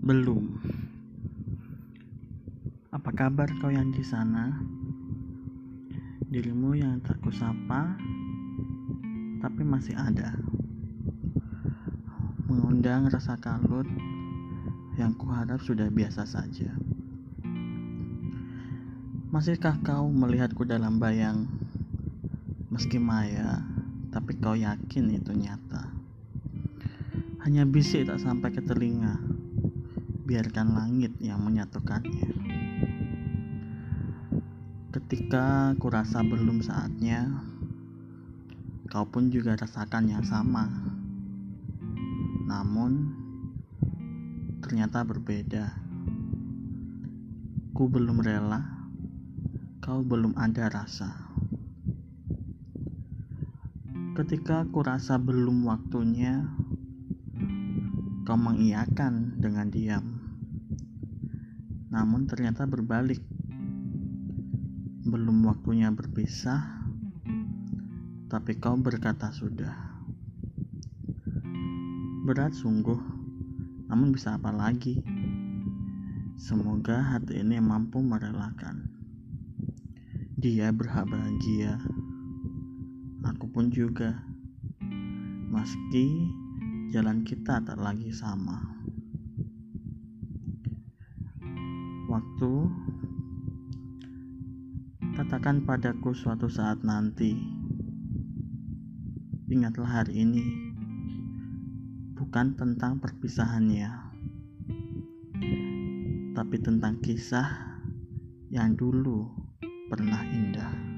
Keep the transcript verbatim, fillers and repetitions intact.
Belum. Apa kabar kau yang di sana? Dirimu yang tak kusapa, tapi masih ada. Mengundang rasa kalut yang kuharap sudah biasa saja. Masihkah kau melihatku dalam bayang? Meski maya, tapi kau yakin itu nyata. Hanya bisik tak sampai ke telinga. Biarkan langit yang menyatukannya. Ketika kurasa belum saatnya, kau pun juga rasakan yang sama. Namun, ternyata berbeda. Ku belum rela, kau belum ada rasa. Ketika kurasa belum waktunya, kau mengiyakan dengan diam. Namun ternyata berbalik. Belum waktunya berpisah, tapi kau berkata sudah. Berat sungguh, namun bisa apa lagi? Semoga hati ini mampu merelakan. Dia berhak bahagia, aku pun juga. Meski jalan kita tak lagi sama. Waktu, katakan padaku suatu saat nanti. Ingatlah hari ini, bukan tentang perpisahannya, tapi tentang kisah yang dulu pernah indah.